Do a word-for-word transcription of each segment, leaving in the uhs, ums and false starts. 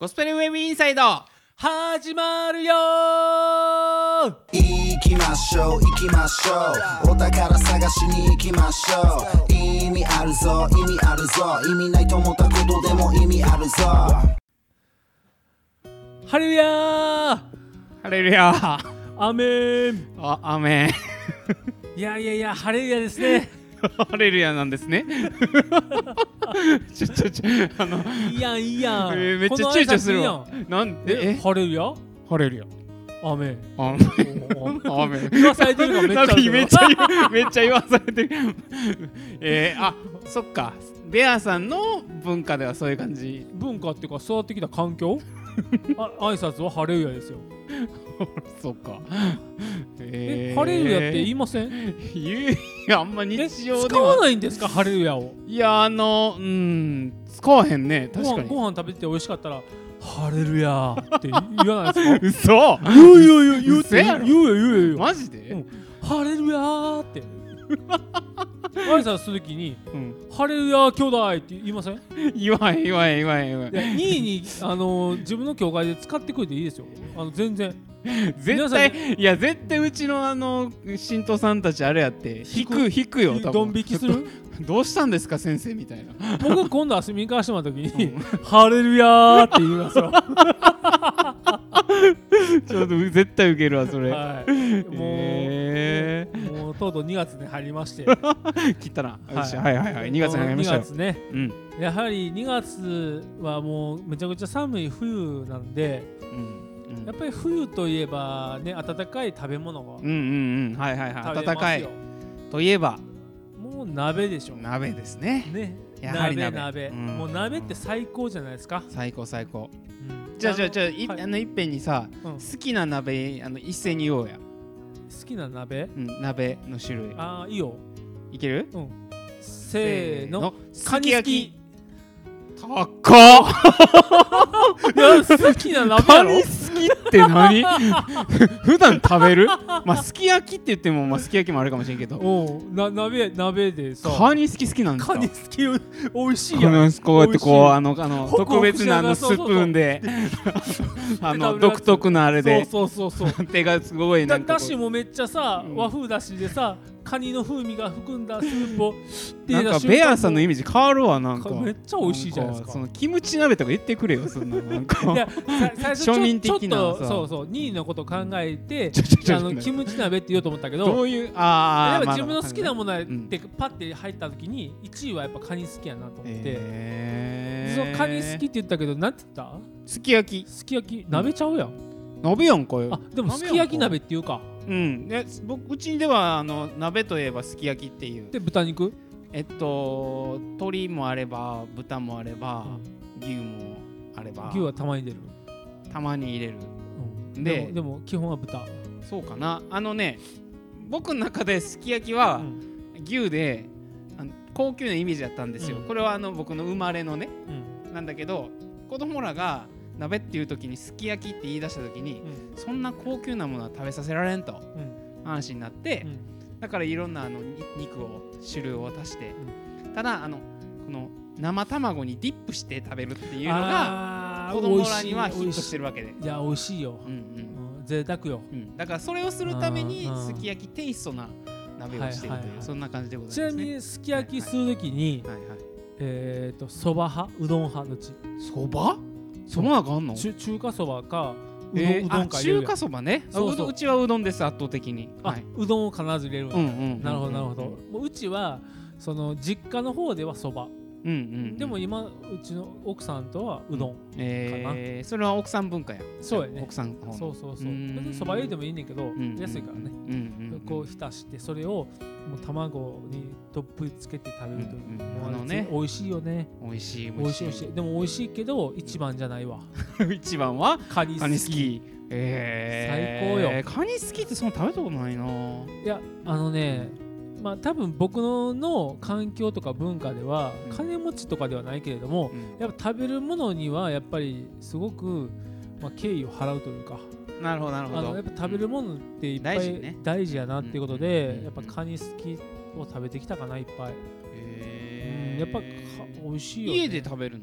ゴスペルウェブインサイド始まるよー。 行きましょう行きましょう、お宝探しに行きましょう。意味あるぞ意味あるぞ、意味ないと思ったことでも意味あるぞ。 ハレルヤー、 ハレルヤアメン。 あ、アメンいやいやいや、ハレルヤですね。 ハレルヤなんですねちょちょちょあのいいやんいいやん、 えー、めっちゃ躊躇するわ。なんでえハレルヤハレルヤアメンアメンアメン言わされてるからめっちゃめっちゃ言うめっちゃ言わされてるえー、あ、そっか、ベアさんの文化ではそういう感じ。 文化っていうか育ってきた環境あ挨拶はハレルヤですよ。 そっか、 えー、ハレルヤって言いません？ 言ういや、あんま日常では使わないんですかハレルヤを。 いや、あのうん、使わへんね。確かにご飯食べてて美味しかったらハレルヤって言わないですか？ 嘘言う言う言う言う嘘やろ言うよ言うよ言うよマジで、 うん、ハレルヤーって挨拶するときに、うん、ハレルヤー兄弟って言いません？ 言わへん言わへん言わへん言わへん。 にいに、あのー、自分の教会で使ってくれていいですよ。あの全然絶対いや絶対うちのあの信徒さんたちあれやって引く引くよ。多分ドン引きするどうしたんですか先生みたいな。 僕今度遊びに行かしてもらった時に、うん、ハレルヤーって言いますよちょっと絶対ウケるわそれ、はい、 もう、えー、もうとうとうにがつに入りまして切ったな、はい、はいはいはいにがつに入りましたよ。 にがつね、うん、やはりにがつはもうめちゃくちゃ寒い冬なんで、うんうん、やっぱり冬といえばね、温かい食べ物が、 うんうんうん、はいはいはい、温かいといえばもう鍋でしょ。 鍋ですね。 ね、 やはり鍋、 鍋、うん、もう鍋って最高じゃないですか。 最高最高。うん、じゃあじゃあじゃあ、はい、あのいっぺんにさ、うん、好きな鍋あの一斉に言おうや。 好きな鍋？ うん、鍋の種類。 ああ、いいよ。 いける？ うん。せーの。 すき焼き。高っいや、好きな鍋やろ。 カニ好きって何普段食べる？まあすき焼きって言っても、まあ、すき焼きもあるかもしれんけど、 おな鍋鍋でさ、 カニ好き好きなんですか？ カニ好き美味しいやん。 こうやってこうあのあの特別なあのスプーンであの独特なあれで、 そうそうそうそう手がすごいなんかだしもめっちゃさ、うん、和風だしでさ、カニの風味が含んだスープをなんかベアさんのイメージ変わるわ。なんかめっちゃ美味しいじゃないですか。 そのキムチ鍋とか言ってくれよ。そんななんかいや最初庶民的なちょっとそうそうにいのこと考えてあのキムチ鍋って言おうと思ったけど、 どういうあやっぱ自分の好きなものってパッて入った時にいちいはやっぱカニ好きやなと思って、えー、そのカニ好きって言ったけどなんて言った？ すき焼き。 すき焼き鍋ちゃうやん。 鍋やんかよ。 あでもすき焼き鍋っていうか。 うん、で僕うちではあの鍋といえばすき焼きっていう。 で豚肉？ えっと鶏もあれば豚もあれば、うん、牛もあれば。 牛はたまに出る。 たまに入れる。 うん、で, で, もでも基本は豚。 そうかな。あのね、僕の中ですき焼きは、うん、牛であの高級なイメージだったんですよ。うん、これはあの僕の生まれのね、うん、なんだけど子供らが鍋っていう時にすき焼きって言い出した時に、うん、そんな高級なものは食べさせられんと、うん、話になって、うん、だからいろんなあの肉を種類を足して、うん、ただあのこの生卵にディップして食べるっていうのが子供らにはヒットしてるわけで。 いや美味しいよ、うんうん、贅沢よ、 うん、だからそれをするためにすき焼きテイストな鍋をしてるという、はいはいはい、そんな感じでございますね。 ちなみにすき焼きするときに、はいはいはい、えっ、ー、とそば派うどん派どっち？ そば？そばなんかあんの？ 中華そばかうどん、 えー、 うどんか入れるやん。中華そばね。そうそう、うちはうどんです圧倒的に。 あ、はい、うどんを必ず入れるわ、うんうんうんうん、なるほどなるほど。もううちはその実家の方ではそば、うんうんうん、でも今うちの奥さんとはうどんかな、うんえー、それは奥さん文化や。 そうやね、 奥さんのそうそうそう。別にそば入れてもいいねんけど、うんうん、安いからね、うんうんうん、こう浸してそれをもう卵にどっぷりつけて食べるという、うんうん、もうあのね美味しいよね。 美味しい美味しい美味しい。でも美味しいけど一番じゃないわ一番はカニ好き。 好き、えー、最高よ。 カニ好きってそんな食べたことないな。 いやあのね、まあ多分僕のの環境とか文化では、うん、金持ちとかではないけれども、うん、やっぱ食べるものにはやっぱりすごく、まあ、敬意を払うというか。 なるほどなるほど。あのやっぱ食べるものっていっぱい大事、ね、大事やなっていうことで、うん、やっぱカニ好きを食べてきたかないっぱい。 えー、 うん、やっぱ美味しいよ、ね。 家で食べるの？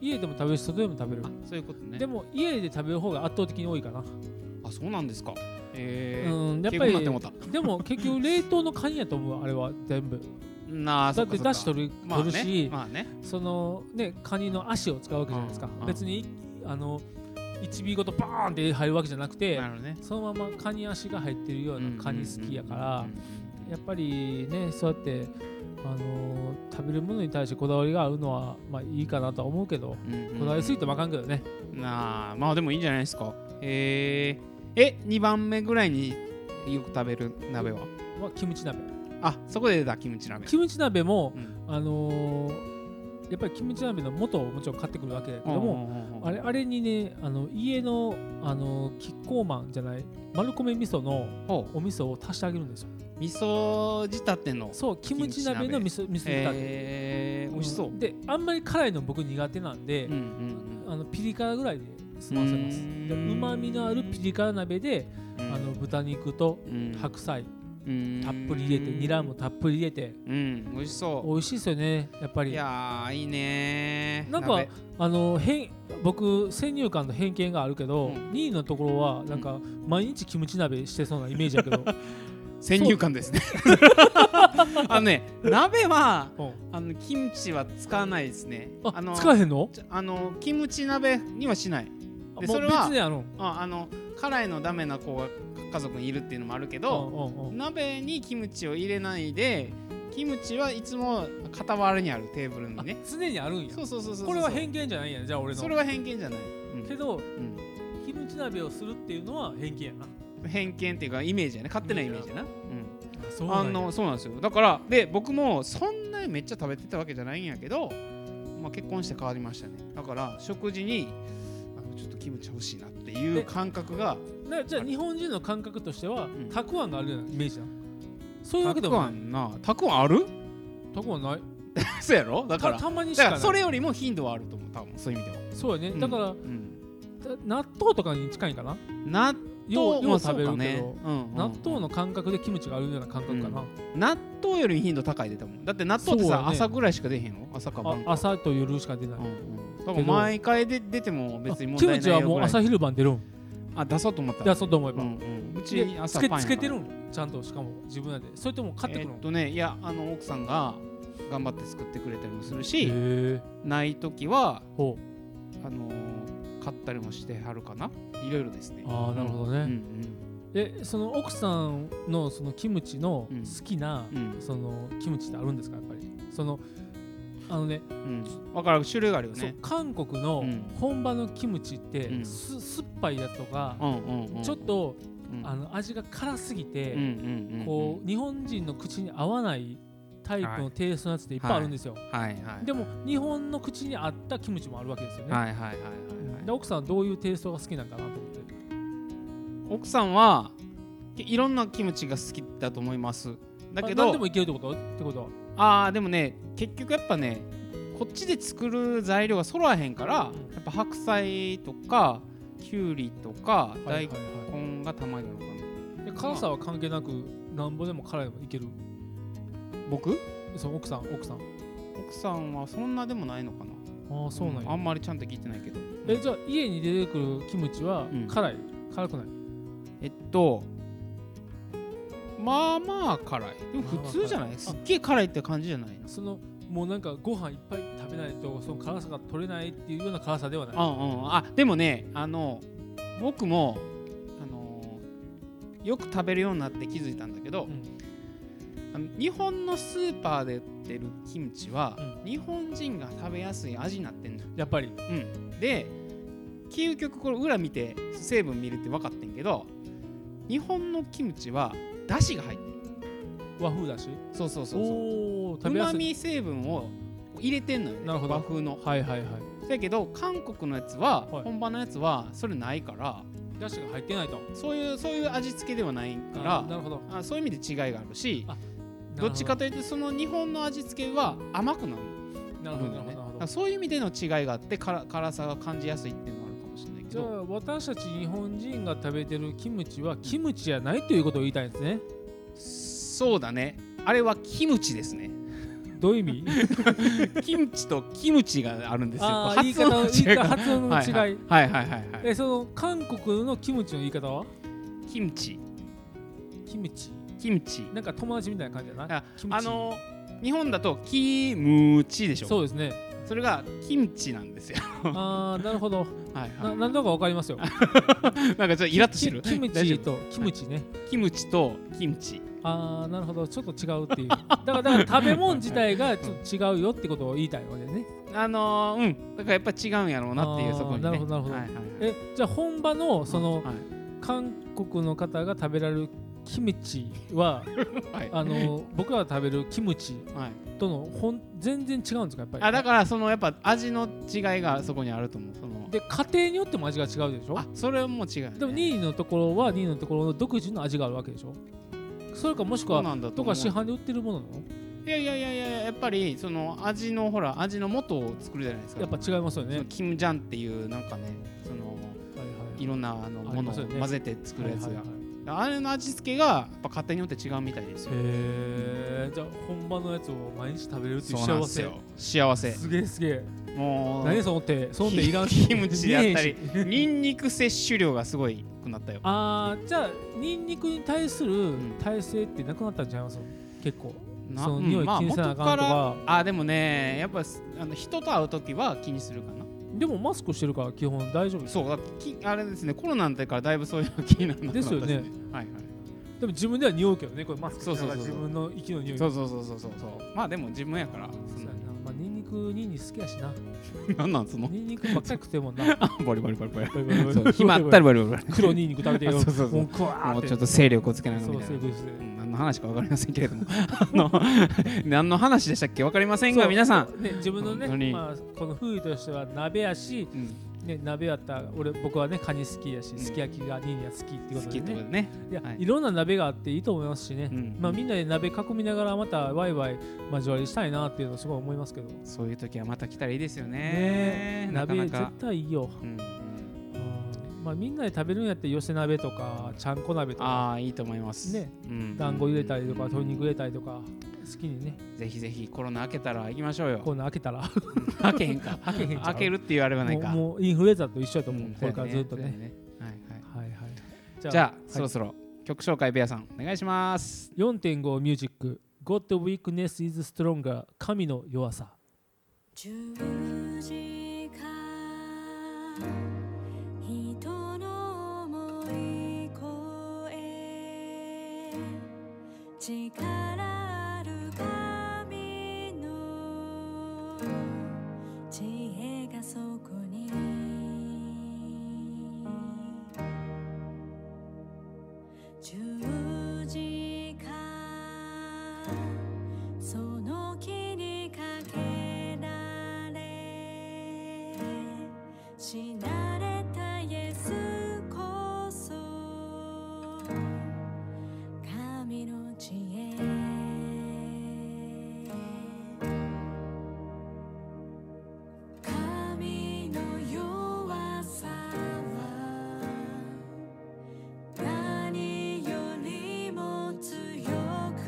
家でも食べるし外でも食べる。 そういうことね。 でも家で食べる方が圧倒的に多いかな。 あ、そうなんですか。えー、 うん、やっぱりでも結局冷凍のカニやと思うあれは全部。 なあ、 だって出汁取る、 まあね、 取るし、 まあね、 そのねカニの足を使うわけじゃないですか。 うん、 別にあのいち尾ごとバーンって入るわけじゃなくて、 なるほどね、 そのままカニ足が入ってるようなカニ好きやから、やっぱりねそうやってあのー、食べるものに対してこだわりがあるのはまあいいかなとは思うけど、うんうんうん、こだわりすぎてもあかんけどね。 なあ、まあでもいいんじゃないですか。えー、えにばんめぐらいによく食べる鍋は？はキムチ鍋。 あ、そこで出たキムチ鍋。 キムチ鍋も、うん、あのー、やっぱりキムチ鍋の素をもちろん買ってくるわけだけども、あれあれにね、あの家のあのキッコーマンじゃない丸米味噌のお味噌を足してあげるんですよ。 味噌仕立ての。 そう、キムチ鍋の味噌味噌仕立て。 えー、美味しそう。 で、あんまり辛いの僕苦手なんで、うんうんうん、あのピリ辛ぐらいで済ませます。で、旨味のあるピリ辛鍋で、あの豚肉と白菜。たっぷり入れて、ニラもたっぷり入れて、 うん、美味しそう。 美味しいですよね、やっぱり。 いやー、いいねー。 なんかあの変僕先入観の偏見があるけど、うん、にいのところはなんか毎日キムチ鍋してそうなイメージだけど先入観ですねあのね、鍋は、うん、あのキムチは使わないですね。 ああの使わへんの？ あのキムチ鍋にはしない。 でそれは別にあるああの辛いのダメな子が家族にいるっていうのもあるけど、鍋にキムチを入れないで、キムチはいつも傍らにあるテーブルにね。 常にあるんや。 そうそうそうそう。 これは偏見じゃないんや。じゃあ俺の。 それは偏見じゃない。 うん、けど、うん、キムチ鍋をするっていうのは偏見やな。 偏見っていうかイメージやね。勝手なイメージやな。うん。 そうなんや。 あのそうなんですよ。だからで僕もそんなにめっちゃ食べてたわけじゃないんやけど、まあ結婚して変わりましたね。だから食事にちょっとキムチ欲しいなっていう感覚が。 じゃあ日本人の感覚としては、うん、たくあんがあるようなイメージだ。そういうわけでもない。 たくあんな、たくあんある？ たくあんない。 そうやろ？だからた, たまにしかない。 だからそれよりも頻度はあると思う。多分そういう意味では。 そうやね。だから、うん、納豆とかに近いかな。 納豆も食べるけど、 ねうんうんうん、納豆の感覚でキムチがあるような感覚かな。 うん、納豆より頻度高いで多分。だって納豆ってさ、ね、朝ぐらいしか出へんの？朝か晩か。 朝と夜しか出ない。うんうん、だから毎回で出ても別に問題ないよぐらい。 キムチはもう朝昼晩出るん。 あ、出そうと思った。 出そうと思えば。 うんうん、うち朝パンやからつけてるんちゃんとしかも自分で。それとも買ってくるの？ えー、っとね、いやあの奥さんが頑張って作ってくれたりもするし、ない時はほうあのー、買ったりもしてはるかな。いろいろですね。 ああ、なるほどね。うんうん、え、その奥さんのそのキムチの好きな、うん、そのキムチってあるんですかやっぱり。そのあのね、 うん、分かる種類があるよね。 韓国の本場のキムチって、うん、す酸っぱいやつとか、うんうんうん、ちょっと、うん、あの味が辛すぎて、うんうんうんうん、こう日本人の口に合わないタイプのテイストのやつっていっぱいあるんですよ。 はいはいはい、 でも日本の口に合ったキムチもあるわけですよね。 はいはいはいはいはい、 で奥さんはどういうテイストが好きなんかなと思って。 奥さんはいろんなキムチが好きだと思います。だけど何でもいけるってこと？ってことはあーでもね、結局やっぱねこっちで作る材料が揃わへんから、うん、やっぱ白菜とかきゅうりとか大根がたまになるかな、はいはいはい、 で辛さは関係なくなんぼでも辛いのもいける？ 僕？ そう奥さん奥さん奥さんはそんなでもないのかな。 ああそうなんや、 うん、あんまりちゃんと聞いてないけど。 えじゃあ家に出てくるキムチは辛い、うん、辛くない？ えっとまあまあ辛い。でも普通じゃない？すっげえ辛いって感じじゃないの。 そのもうなんかご飯いっぱい食べないとその辛さが取れないっていうような辛さではない。 うんうん、あでもねあの僕もあのよく食べるようになって気づいたんだけど、うん、あの日本のスーパーで売ってるキムチは、うん、日本人が食べやすい味になってんのやっぱり。 うん、で究極これ裏見て成分見るって分かってんけど、日本のキムチはだしが入ってる。 和風だし。 そうそうそうそう。うまみ成分を入れてんのよね。 なるほど。 和風の。 はいはいはい。 だけど韓国のやつは、はい、本場のやつはそれないから。 だしが入ってないと。 そういうそういう味付けではないから。 なるほど。 あそういう意味で違いがあるし、あどっちかというとその日本の味付けは甘くなる。 なるほどなるほど。 そういう意味での違いがあって辛辛さが感じやすいっていうのがあるかもしれないけど。 じゃあ私たち日本人が食べてるキムチはキムチじゃないということを言いたいんですね。 そうだね。あれはキムチですね。 どういう意味？ キムチとキムチがあるんですよ。 あ言い方の違い発音の違い。 はいはいはいはい、はい、 えその韓国のキムチの言い方は？ キムチ。 キムチ。 キムチ。 なんか友達みたいな感じだな。 あのー、日本だとキムチでしょ。 そうですね。 それがキムチなんですよ。 ああなるほど。はいはい。な何度かわかりますよ。なんかちょっとイラッとしてる。 キムチとキムチね。 キムチとキムチ。 ああなるほどちょっと違うっていう。だからだから食べ物自体がちょっと違うよってことを言いたいわけでね。 あのー、うんだからやっぱ違うんやろうなっていうそこにね。 なるほどなるほど。はいはいはい、えじゃあ本場のその、はい、韓国の方が食べられるキムチは、はい、あの僕らが食べるキムチとのほん全然違うんですかやっぱり。 あだからそのやっぱ味の違いがそこにあると思う。そので家庭によっても味が違うでしょ。 あそれも違う、ね、 でもにいのところはにいのところの独自の味があるわけでしょ。それかもしくはとか市販で売ってるものなの？ いやいやいやいややっぱりその味のほら味の素を作るじゃないですか。 やっぱ違いますよね。 キムジャンっていうなんかねその、はいはい、いろんなあのものを混ぜて作るやつが、はいはいはい、あれの味付けがやっぱ家庭によって違うみたいですよ。 へーじゃあ本場のやつを毎日食べれるっていう幸せ。 幸せ。 すげえすげえ。 もう何その手その手いらんキムチやったりニンニク摂取量がすごいくなったよ。 あーじゃあニンニクに対する耐性ってなくなったんちゃいます？結構その匂い気にせなあかんとか、まあ、あでもねやっぱあの人と会うときは気にするかな。 でもマスクしてるから基本大丈夫。 そうだきあれですねコロナになってからだいぶそういうの気になるですよね。はいはい。 でも自分では匂うけどねこれマスクしてるから自分の息の匂い。 そうそうそうそうそうそう。まあでも自分やから。 そうやな。まあニンニクニンニク好きやしな。 なんなんその？ ニンニクばっかり食ってるもんな。 バリバリバリバリ。そう暇あったらバリバリバリ。 黒ニンニク食べてよ。 そうそうそう。もうクワーって。 もうちょっと勢力をつけながらみたいな。 そうそうです。 何の話かわかりませんけれども、あの何の話でしたっけわかりませんが皆さん。 ね自分のねまあこの風味としては鍋やし。ね、鍋やったら俺僕はねカニ好きやし、うん、すき焼きがニーニャ好きっていうことで ね, でねいや、はい、いろんな鍋があっていいと思いますしね、うん、まあ、みんなで鍋囲みながらまたワイワイ交わりしたいなっていうのをすごい思いますけどそういう時はまた来たらいいですよ ね, ね鍋なかなか絶対いいよ、うんうんまあ、みんなで食べるんやって寄せ鍋とかちゃんこ鍋とかああいいと思いますね、うん、団子入れたりとか鶏肉入れたりとか好きにねぜひぜひコロナ明けたら行きましょうよ。 コロナ明けたら明けへんか明けへん明けるっていうあれはないか。 もう、もうインフルエンザと一緒だと思う、うん、これからずっとね、ねはいはいはいはいじゃあ、じゃあはい、そろそろ曲紹介ベアさんお願いします。 よんてんご ミュージック God weakness is stronger 神の弱さ。十字架人の思い越え力ある神の知恵がそこに十字架その木にかけられ死なれたイエスこそ神の知恵。神の弱さは何よりも強く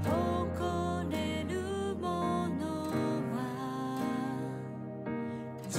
誇れるものは自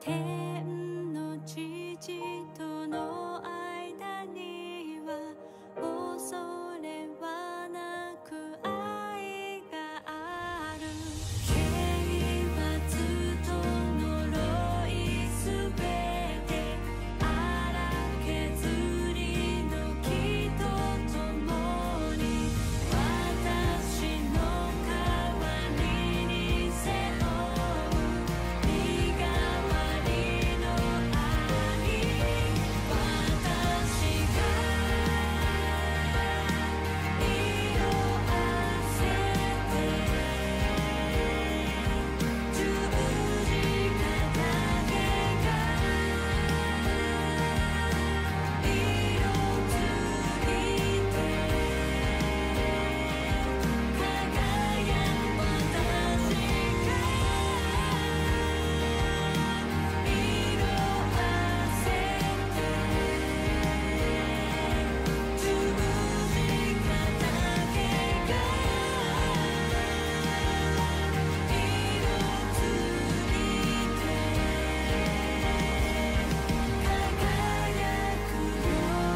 天の父との間には恐れはなく愛がある。刑罰と呪いすべて荒削りの木と共に私の代わりに背負う身代わりの愛、私が色あせて十字架だけが色ついて輝く私が色あせて十字架だけが色ついて輝くよ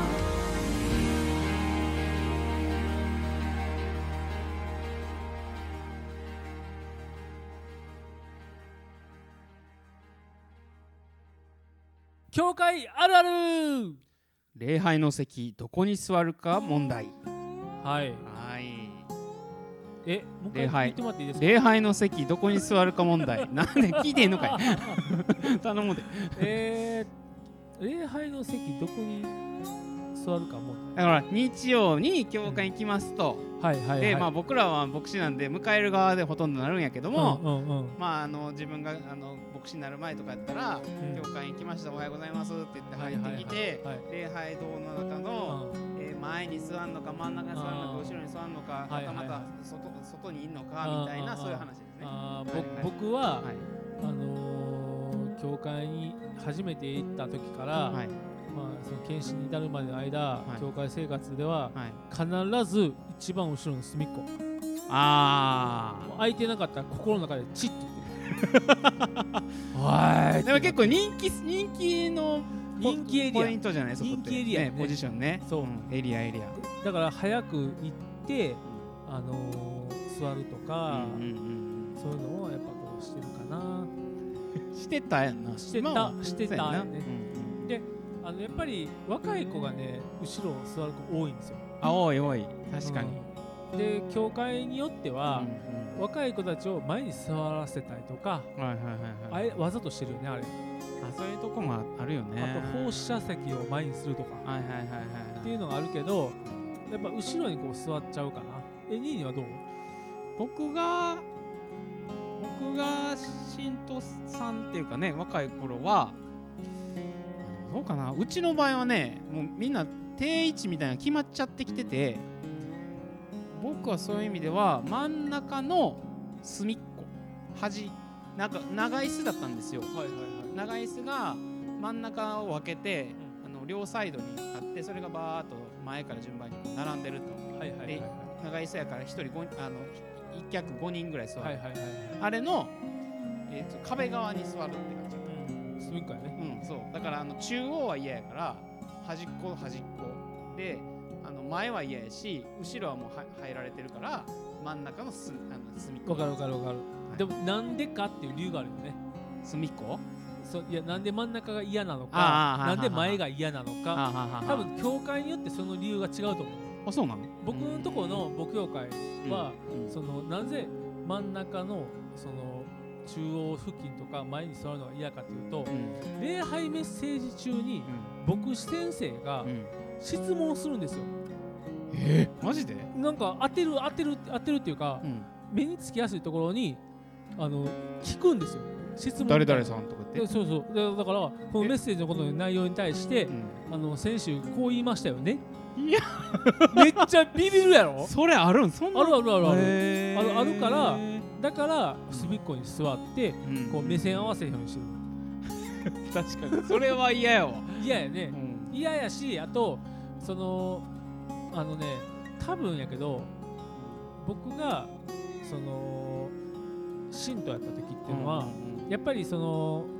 教会あるある。 礼拝の席どこに座るか問題。 はいはいえもう一礼拝回言ってもらっていいですか。 礼拝の席どこに座るか問題なんで聞いてんのかい頼むで。 えー、礼拝の席どこに座るかもだから日曜に教会に来ますと、 はいはいはい。 でまあ僕らは牧師なんで迎える側でほとんどなるんやけども、 うんうんうんまああの自分があの牧師になる前とかやったら、 ん教会に来ましたおはようございますって言って入ってきて、 はいはいはいはい礼拝堂の中の、えー前に座るのか真ん中に座るのかあー後ろに座るのか、 はいはいはいまたまた外外にいるのかみたいなあーそういう話ですね。 あーぼはいはい僕は、 はいあのー教会に初めて行った時から、 はいまあ、その検診に至るまでの間、 はい教会生活でははい。 必ず一番後ろの隅っこ、 あもう空いてなかったら心の中でチッと言ってはあ。 いでも結構人気人気のポ人気エリアポイントじゃないそこって人気エリアねねポジションね。 そうんエリアエリア。 だから早く行って、あのー座るとか、 うんうんうんそういうのをやっぱこうしてるかな。 うんしてたやんな。 してた今はしてたそうやなよねであのやっぱり若い子がね後ろ座る子多いんですよ。 あ多い多い確かに。 うんで教会によっては、 うんうん若い子たちを前に座らせたりとか、 はいはいはいあはい。 れわざとしてるよねあれ。 あそういうとこもあるよね。 あと放射席を前にするとかはいはいはいはい。 っていうのがあるけど、やっぱ後ろにこう座っちゃうかな。え、ニーニはどう？ 僕が僕が新都さんっていうかね若い頃はどうかな、うちの場合はねもうみんな定位置みたいなの決まっちゃってきてて、僕はそういう意味では真ん中の隅っこ端なんか長椅子だったんですよ。長椅子が真ん中を分けて、あの両サイドにあってそれがバーっと前から順番にこう並んでると。 はいはいはいで長椅子やからひとりごあの一脚ごにんぐらい座る、 はいはいはいはい。 あれの、えー、と壁側に座るって感じ。 うん、隅っこやね。 うん、そうだからあの中央は嫌やから端っこ端っこで、あの前は嫌やし後ろはもうは入られてるから真ん中のすあの隅っこ。 わかるわかるわかる。 はいでもなんでかっていう理由があるよね。 隅っこそういやなんで真ん中が嫌なのか、 あーはいはいはいなんで前が嫌なのか、 あははは多分教会によってその理由が違うと思う。 あそうなの。 僕のところの母教会は、 うんそのなぜ真ん中のその中央付近とか前に座るのが嫌かというと、 うん礼拝メッセージ中にうん牧師先生がうん質問するんですよ。 えー、マジで。 なんか当てる当てる当てるっていうか、 うん目につきやすいところにあの聞くんですよ。質問誰々さんとかってでそうそうでだからこのメッセージのことの内容に対してうんあの先週こう言いましたよね。 いやめっちゃビビるやろ。 それあるんそんなあるあるあるある。 へーあるあるからだから隅っこに座ってうんこう目線合わせへんようにしてる。 確かにそれは嫌やわ。 嫌やねう。ん嫌やし、あとそのあのね多分やけど僕がその信徒やった時っていうのは、やっぱりその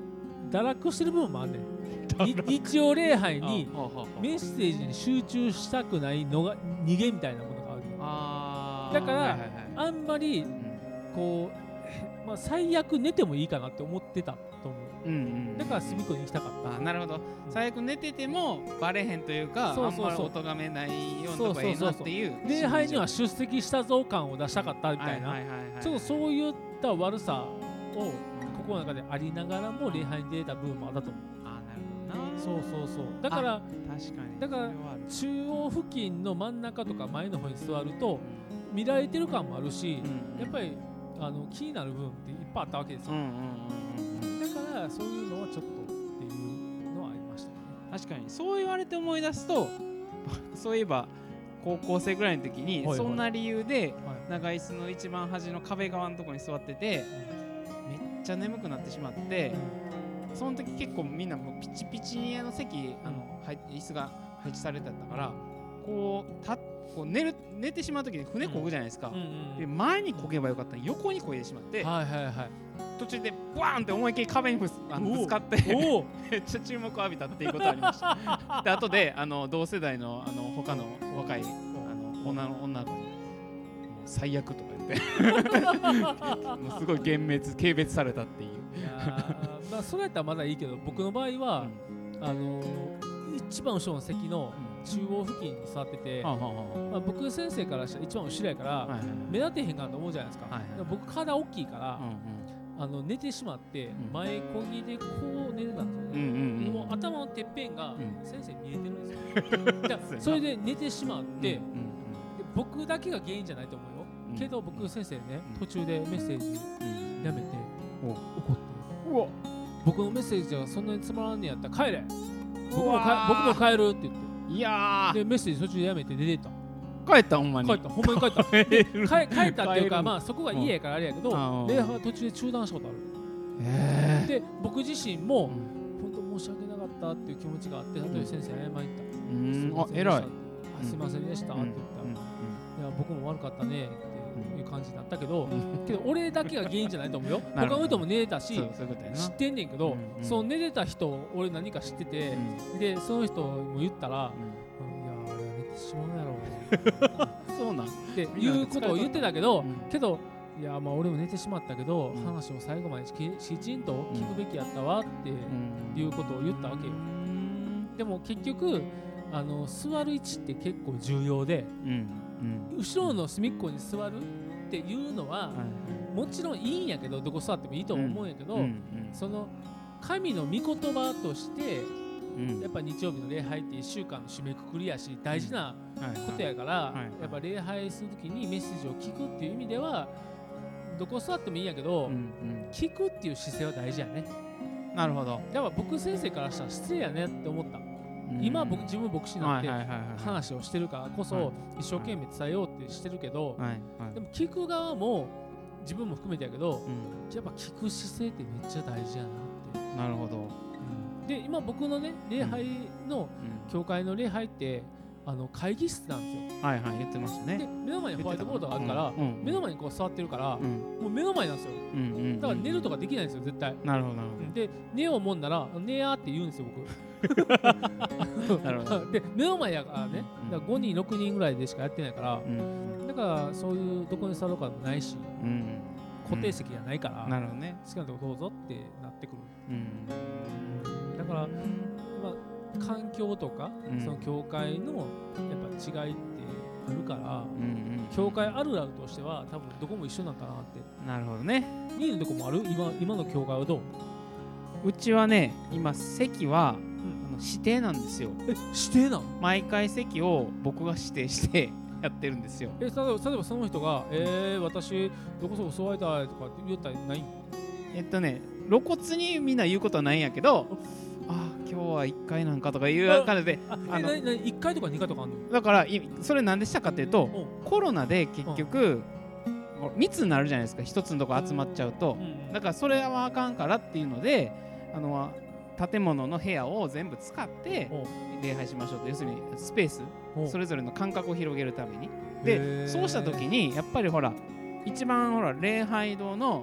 堕落してる部分もあんねん。に日曜礼拝にあはあはあメッセージに集中したくないのが逃げみたいなものがあるよ。 あーだからはいはいはいあんまりうんこう、まあ、最悪寝てもいいかなって思ってたと思う。 うんうんだから隅っこに行きたかった。 あなるほど最悪寝ててもバレへんというかそうそうそうあんまりお咎めないようなとこがいいなっていう礼拝には出席したぞ感を出したかったみたいな、 はいはいはいはいちょっとそういった悪さをここの中でありながらも礼拝に出た部分もあったと思う。 あなるほどなそうそうそう。だから確かにだからそれはある中央付近の真ん中とか前の方に座ると見られてる感もあるし、 うんやっぱりあの気になる部分っていっぱいあったわけですよ。 うんうんうんうんうんだからそういうのはちょっとっていうのはありましたね。 確かにそう言われて思い出すとそういえば高校生ぐらいの時にはいはいそんな理由ではい長椅子の一番端の壁側のところに座っててめっちゃ眠くなってしまってその時結構みんなもうピチピチにあの席あのはい椅子が配置されてたからこうたこう寝る寝てしまう時に船こぐじゃないですか、 うんうんで前にこげばよかったのに横にこいでしまって、 はいはいはい。 途中でバーンって思いっきり壁にぶつあのおうぶつかっておおめっちゃ注目を浴びたっていうことありましたで後であの同世代のあの他の若いあの女の女の子にもう最悪とか言ってもうすごい幻滅軽蔑されたっていういやーまあそれやったらまだいいけど僕の場合は、あのー、一番後ろの席の中央付近に座ってて、 はあはあはまあ、僕先生からしたら一番後ろやから、 あはいはいはい目立てへんかなと思うじゃないですか、 はいはいでも僕体大きいから、 うんあの寝てしまって、 ん前こぎでこう寝てたんですよね、 うんうんうんもう頭のてっぺんがん先生見えてるんですよ、じゃあそれで寝てしまって、でうん僕だけが原因じゃないと思うよ、 うんけど僕先生ね、 うん途中でメッセージうんやめてお怒ってうわ僕のメッセージがそんなにつまらんねやったら帰れ僕もうわかー僕も帰るって言っていやでメッセージ途中でやめて出てったー帰ったほんまに帰ったほんまに帰った帰でる帰帰ったっていうか帰るまあそこが家やからあれやけどうん礼拝は途中で中断したことあるえで僕自身もー本当申し訳なかったっていう気持ちがあって後で先生に謝りに行ったうんあすいませんでした偉いあすいませんでしたって言ったら、いや僕も悪かったねっていう感じになったけど、けど俺だけが原因じゃないと思うよなるほど他の人も寝てたしそうそういうことやな知ってんねんけど、 うんうんその寝てた人俺何か知ってて、でその人も言ったら、うんいやあれは寝てしまうやろそうなんっていうことを言ってたけど、 うんけどいやまあ俺も寝てしまったけど、 うん話を最後までききちんと聞くべきやったわっていうことを言ったわけよ、でも結局あの座る位置って結構重要でうんうん後ろの隅っこに座るっていうのは、もちろんいいんやけどどこ座ってもいいと思うんやけど、 うんその神の御言葉としてうんやっぱ日曜日の礼拝っていっしゅうかんの締めくくりやし大事なことやから、 はいはいやっぱ礼拝するときにメッセージを聞くっていう意味ではどこ座ってもいいんやけど、 うんうん聞くっていう姿勢は大事やね。 なるほどだから僕先生からしたら失礼やねって思った。今僕自分牧師になってはいはいはいはい話をしてるからこはそ一生懸命伝えようってしてるけど、 はいはいでも聞く側も自分も含めてやけど、 うんやっぱ聞く姿勢ってめっちゃ大事やなって。 なるほどで今僕のね礼拝の教会の礼拝ってあの会議室なんですよ。 はいはい言ってましたでね目の前にホワイトボードがあるから、 うんうん目の前にこう座ってるから、 うんもう目の前なんですよ。 うんうんだから寝るとかできないんですよ絶対。 なるほどなるほで寝ようもんなら寝やって言うんですよ僕。 なるほどで目の前やからね、 うんだからごにんろくにんぐらいでしかやってないからど、うんだからそういうどこに座ろうかもないしうん固定席じゃないから、 なるほどね好きなとこどうぞってなってくる。 うんだから、まあ、環境とか、 うんその教会のやっぱ違いってあるから、 うんうん教会あるあるとしては多分どこも一緒なんかなって。 なるほどねにいのとこもある今今の教会はどう？ うちはね今席はんあの指定なんですよえ指定なの？ 毎回席を僕が指定してやってるんですよえ例えば例えばその人が「えー、私どこそこ座りたい」とかって言ったらないん？ えっとね露骨にみんな言うことはないんやけどあ今日はいっかいなんかとかいう感じでああのえなになにいっかいとかにかいとかあんの？ だからいそれなんでしたかっていうとうんコロナで結局密になるじゃないですか一つのとこ集まっちゃうとうんだからそれはあかんからっていうのであの建物の部屋を全部使って礼拝しましょうと要するにスペースうんそれぞれの間隔を広げるためにへーでそうした時にやっぱりほら一番ほら礼拝堂の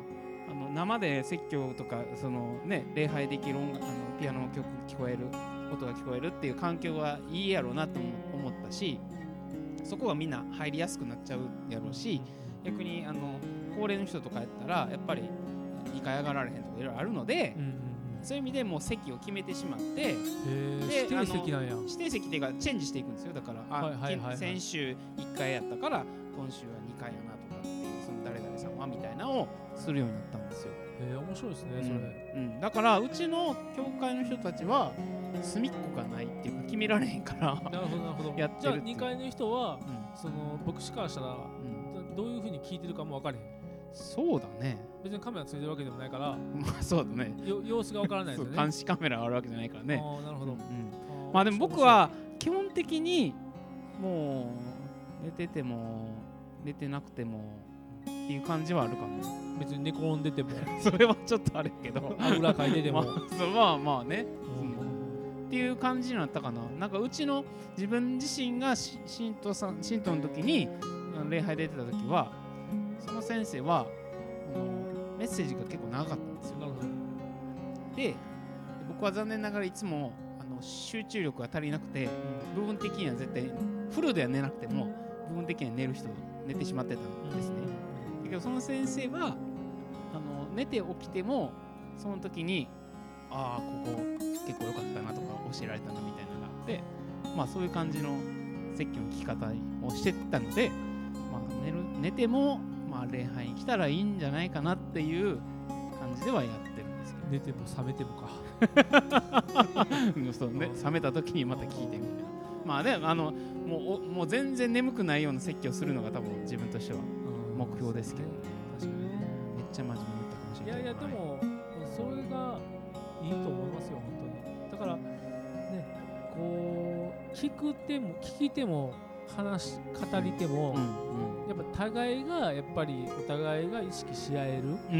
あの生で説教とかその、ね、礼拝できる音楽あのピアノの曲聞こえる音が聞こえるっていう環境はいいやろうなと思ったし、そこがみんな入りやすくなっちゃうやろうし、逆にあの高齢の人とかやったらやっぱりにかい上がられへんとかいろいろあるので、うんうんうん、そういう意味でもう席を決めてしまって、で指定席なんや。 指定席っていうかチェンジしていくんですよ。だから、あ、はいはいはいはい、先週いっかいやったから今週はにかいやなとかっていう、その誰々さんはみたいなのをするようになったんですよ。 へー、面白いですね、それ、 うんうん、だからうちの教会の人たちは隅っこがないっていうか決められへんからなるほどなるほどやってるっていう。 じゃあにかいの人は、 うん、 その牧師からしたら、うん、どういう風に聞いてるかも分からへん。 そうだね。 別にカメラついてるわけでもないからそうだね。 様子が分からないですよね。 監視カメラがあるわけじゃないからね。 ああ、なるほど、うん、 まあでも僕は基本的にもう寝てても寝てなくてもっていう感じはあるかも。 別に寝転んでてもそれはちょっとあれけどあぐらかいてても、 まあ、それはまあね、うん、っていう感じになったかな。なんかうちの自分自身が信徒さん信徒の時に礼拝出てた時は、その先生はあのメッセージが結構長かったんですよ。なるほど。で僕は残念ながらいつもあの集中力が足りなくて、うん、部分的には絶対フルでは寝なくても部分的には寝る人寝てしまってたんですね。だけどその先生はあの寝て起きてもその時にああここ結構良かったなとか教えられたなみたいなのがあって、まあそういう感じの説教の聞き方をしてたので、まあ、寝る寝てもまあ礼拝に来たらいいんじゃないかなっていう感じではやってるんですけど。 寝ても覚めてもかそうね、覚めた時にまた聞いてみたいな。まあね、あのもうもう全然眠くないような説教するのが多分自分としては目標ですけど、ね、 確かにね。 めっちゃ真面目に言ったかもしれない。 いやいやでもそれがいいと思いますよ本当に。だからね、こう聞く手も聞き手も話語り手も、うんうん、やっぱ互いがやっぱりお互いが意識し合える、うんうん、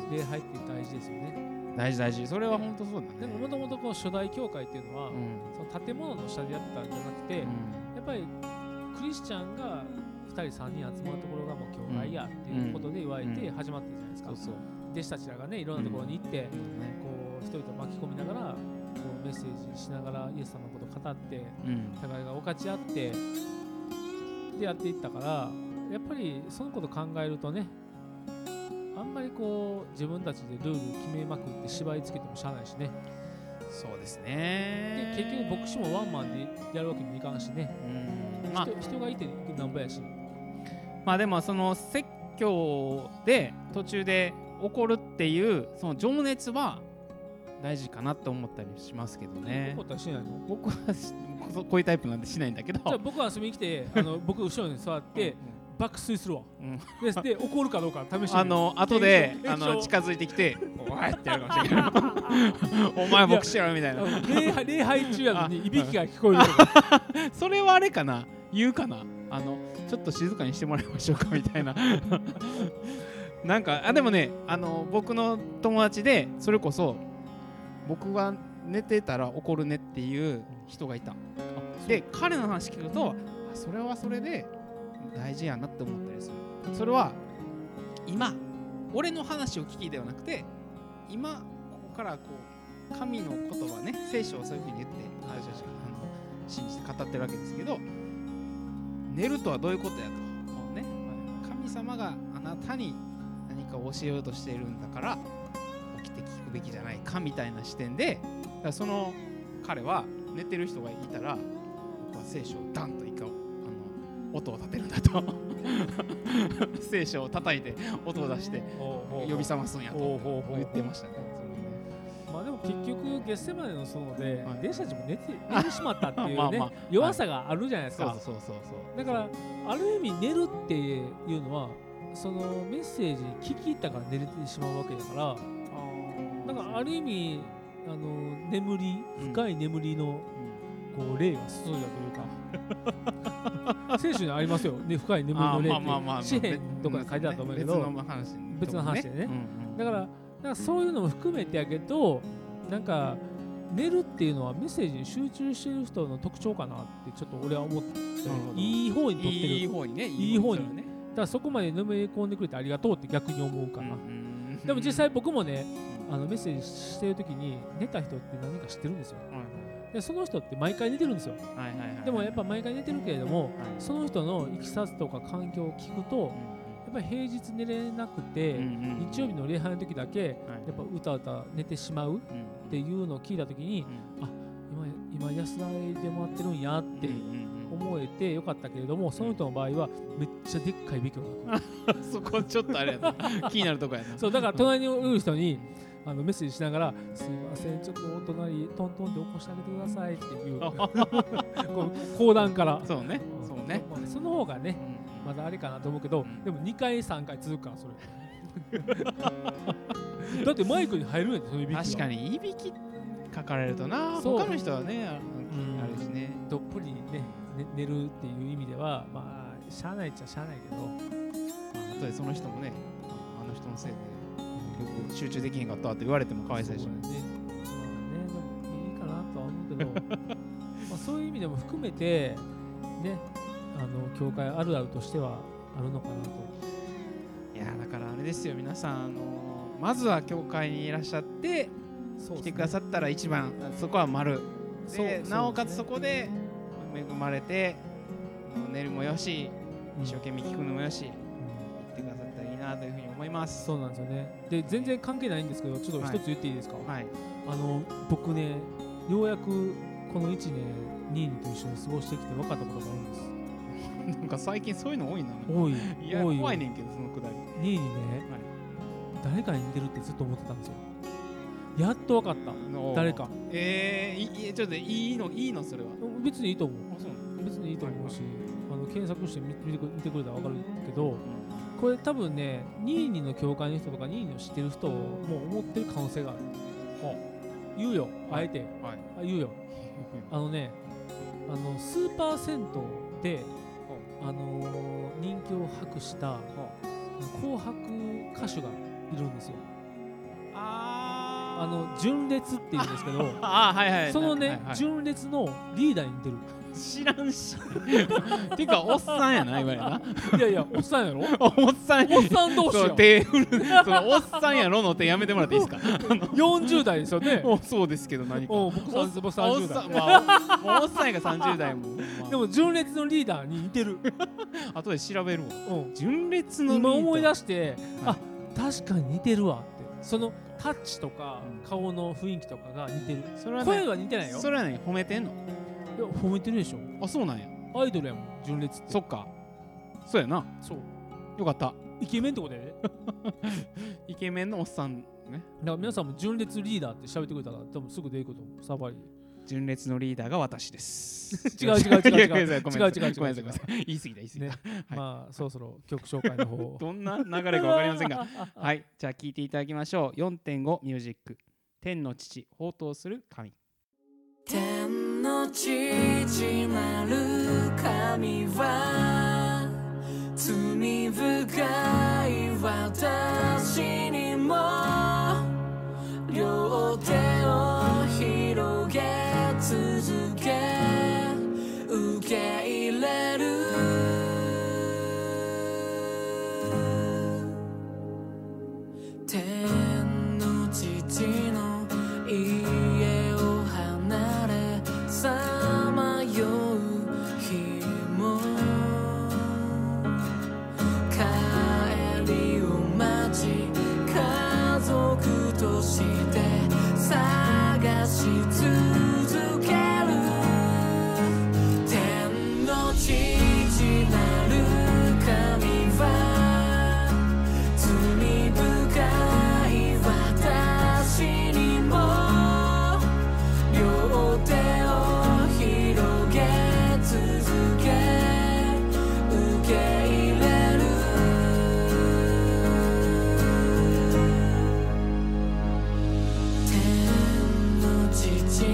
礼拝って大事ですよね。 大事大事。それは本当そうだね。 でももともとこの初代教会っていうのは、うん、その建物の下でやったんじゃなくて、うん、やっぱりクリスチャンがふたりさんにん集まるところがもう教会やっていうことで言われて始まってるじゃないですか、うんうん、そうそう。弟子たちらがねいろんなところに行って、うん、こう人々を巻き込みながらこうメッセージしながらイエス様のことを語って、うん、互いが分かち合ってでやっていったから、やっぱりそのことを考えるとね、あんまりこう自分たちでルール決めまくって縛りつけてもしゃあないしね。 そうですね。 で結局牧師もワンマンでやるわけにもいかんしね、うん、まあ、人, 人がいてなんぼやし。 まあでもその説教で途中で怒るっていうその情熱は大事かなと思ったりしますけどね。 怒ったらしないの？ 僕はこういうタイプなんでしないんだけど。 じゃあ僕は遊びに来てあの僕後ろに座ってうん爆睡するわ、うん、で, で怒るかどうか試してみる。 あの後であの近づいてきておいってやるかもしれないお前牧師やろみたいな。 礼拝礼拝中やのにいびきが聞こえるとかそれはあれかな、言うかな、あのちょっと静かにしてもらいましょうかみたいななんかあでもね、あの僕の友達でそれこそ僕が寝てたら怒るねっていう人がいた。で彼の話聞くとそれはそれで大事やなって思ったりする。それは今俺の話を聞きではなくて、今ここからこう神の言葉ね、聖書をそういうふうに言ってあの信じて語ってるわけですけど、寝るとはどういうことやと、もうね、神様があなたに何かを教えようとしているんだから起きて聞くべきじゃないかみたいな視点で、だからその彼は寝てる人がいたら僕は聖書をダンと一回音を立てるんだと聖書を叩いて音を出して呼び覚ますんやと言ってましたね。 まあでも結局ゲッセマネの園で弟子たちも寝て寝てしまったっていうねまあ、まあ、弱さがあるじゃないですか。 そうそうそうそう。 だからある意味寝るっていうのはそのメッセージ聞き入ったから寝れてしまうわけだから、だからある意味あの眠り深い眠りのこう霊が注いだというか聖書にありますよね、深い眠りの霊って詩篇とかに書いてあると思うけど、別の話でね、だからなんかそういうのも含めてやけど、なんか寝るっていうのはメッセージに集中してる人の特徴かなってちょっと俺は思って、いい方にとってる、 いい方にね、 いい方にね、だからそこまで眠り込んでくれてありがとうって逆に思うかな。 でも実際僕もねあのメッセージしてる時に寝た人って何人か知ってるんですよ、 はいでその人って毎回寝てるんですよ、 はいはいはい、 でもやっぱ毎回寝てるけれども、 はい、 その人のいきさつとか環境を聞くと、やっぱり平日寝れなくて、 うんうん、 日曜日の礼拝の時だけ、 はい、 やっぱ歌歌寝てしまうっていうのを聞いた時に、うん、あ今今安らいでもらってるんやって思えてよかったけれども、その人の場合はめっちゃでっかいべきを吐くそこちょっとあれやな気になるとこやなそうだから隣にいる人にあのメッセージしながらすいませんちょっとお隣トントンで起こしてあげてくださいっていうこう講談からそうねそうね、 まあ、その方がね、うん、まだあれかなと思うけど、うん、でもにかいさんかい続くからそれだってマイクに入るんやでそのいびきは確かにいびきかかれるとな他の人はねあるしね、 どっぷりね寝るっていう意味ではまあしゃあないっちゃしゃあないけど、まあとでその人もねあの人のせいで集中できへんかったって言われてもかわいそうやしね。 まあね、でもいいかなとは思うけどまあそういう意味でも含めてね、あの教会あるあるとしてはあるのかなと。 いやだからあれですよ皆さん、あのまずは教会にいらっしゃって来てくださったら一番そこは丸で、なおかつそこで恵まれて寝るもよし一生懸命聞くのもよし、来てくださったらいいなというふうに思います。 そうなんですよね。で全然関係ないんですけどちょっと一つ言っていいですか、 はい、あの僕ねようやくこのいちねんニーニと一緒に過ごしてきて分かったことがあるんです。 なんか最近そういうの多いな。 多い。 いや怖いねんけどそのくだり。 ニーニね、はい、誰かに似てるってずっと思ってたんですよ。やっと分かった。誰か。 えー、いちょっといいのいいのそれは。 別にいいと思う。 あそうなの。 別にいいと思うし、はいはい、あの検索して見てく見てくれたら分かるけど、うん、これ多分ねニーニの教会の人とかニーニを知ってる人も思ってる可能性がある。言うよ、あえて、はい、あ言うよあのねあのスーパー銭湯で、あのー、人気を博した紅白歌手がいるんですよ。あの純烈って言うんですけどあ、はいはい、 そのね、 はいはい、 純烈のリーダーに似てる。 知らんしっていうかおっさんやな今やな。 いやいやおっさんやろおっさんおっさん同士やん。 手振るそのおっさんやろの手やめてもらっていいですか。 よんじゅう代ですよね。 そうですけど何かお僕さんじゅう代。 おっさん、まあ、おっさんやがさんじゅう代も、まあ、 でも純烈のリーダーに似てる。 後で調べるわ、 うん、 純烈のリーダー今思い出して、はい、あ確かに似てるわって。そのタッチとか、うん、顔の雰囲気とかが似てる。それは、ね、声は似てないよ。 それはね褒めてんの。 いや褒めてるでしょ。 あそうなんや。 アイドルやもん純烈って。 そっかそうやな。 そうよかった。 イケメンってことやでイケメンのおっさんね。 だから皆さんも純烈リーダーって喋ってくれたら多分すぐ出てくると思う。サバリ純烈のリーダーが私です。 違う違う違う違う違う違う違う違うごめんなさいごめんなさい言い過ぎた言い過ぎた、ねはい、まあそろそろ曲紹介の方どんな流れか分かりませんがはいじゃあ聴いていただきましょう。 よんてんご ミュージック天の父宝刀する神。 天の父なる神は罪深い私にも両手を広げ続け受け入れる天の父の家を離れさまよう日も帰りを待ち家族として探し続ける天の父なる神は罪深い私にも両手を広げ続け受け入れる天の父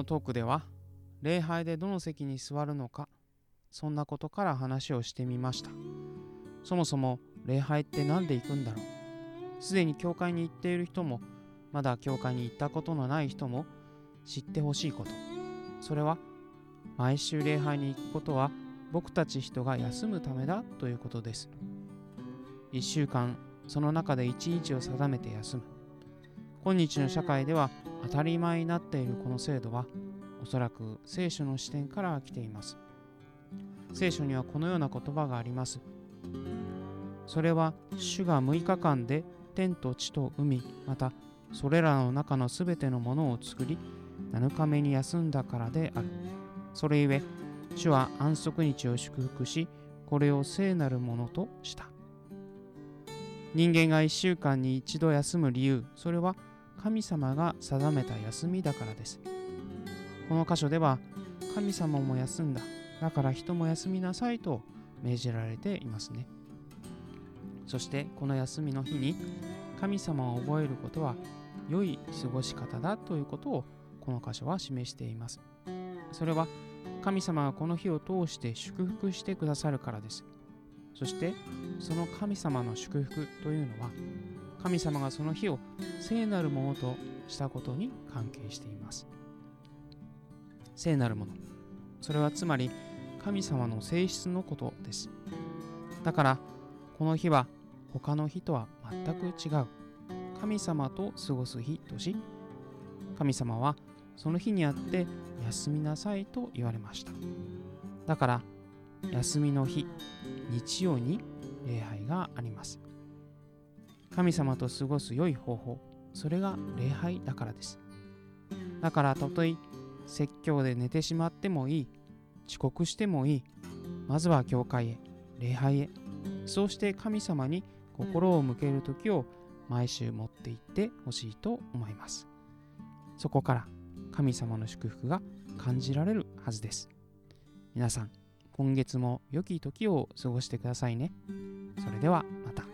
のトークでは礼拝でどの席に座るのか、そんなことから話をしてみました。そもそも礼拝って何で行くんだろう。すでに教会に行っている人も、まだ教会に行ったことのない人も知ってほしいこと、それは毎週礼拝に行くことは僕たち人が休むためだということです。いっしゅうかんその中でいちにちを定めて休む。今日の社会では当たり前になっているこの制度は、おそらく聖書の視点から来ています。聖書にはこのような言葉があります。それは主がむいかかんで天と地と海、またそれらの中のすべてのものを作り、なのかめに休んだからである。それゆえ主は安息日を祝福し、これを聖なるものとした。人間がいっしゅうかんに一度休む理由、それは神様が定めた休みだからです。この箇所では、神様も休んだ、だから人も休みなさいと命じられていますね。そしてこの休みの日に神様を覚えることは良い過ごし方だということをこの箇所は示しています。それは神様がこの日を通して祝福してくださるからです。そしてその神様の祝福というのは、神様がその日を聖なるものとしたことに関係しています。聖なるもの、それはつまり神様の性質のことです。だからこの日は他の日とは全く違う神様と過ごす日とし、神様はその日にあって休みなさいと言われました。だから休みの日、日曜に礼拝があります。神様と過ごす良い方法、それが礼拝だからです。だからたとえ説教で寝てしまってもいい、遅刻してもいい、まずは教会へ、礼拝へ、そうして神様に心を向ける時を毎週持っていってほしいと思います。そこから神様の祝福が感じられるはずです。皆さん、今月も良き時を過ごしてくださいね。それではまた。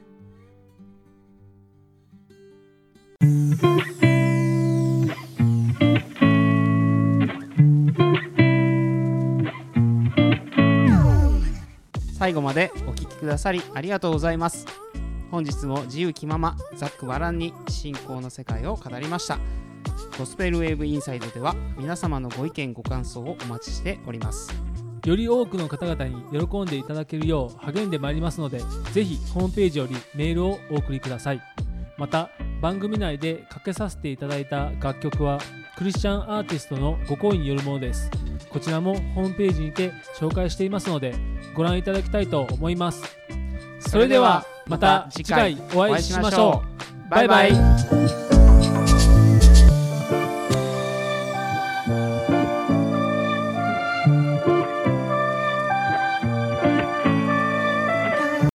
最後までお聞きくださりありがとうございます。本日も自由気ままざっくばらんに信仰の世界を語りました。ゴスペルウェーブインサイドでは皆様のご意見ご感想をお待ちしております。 より多くの方々に喜んでいただけるよう励んでまいりますので、ぜひホームページよりメールをお送りください。また番組内でかけさせていただいた楽曲はクリスチャンアーティストのご好意によるものです。こちらもホームページにて紹介していますので、ご覧いただきたいと思います。それではまた次回お会いしましょう。バイバイ。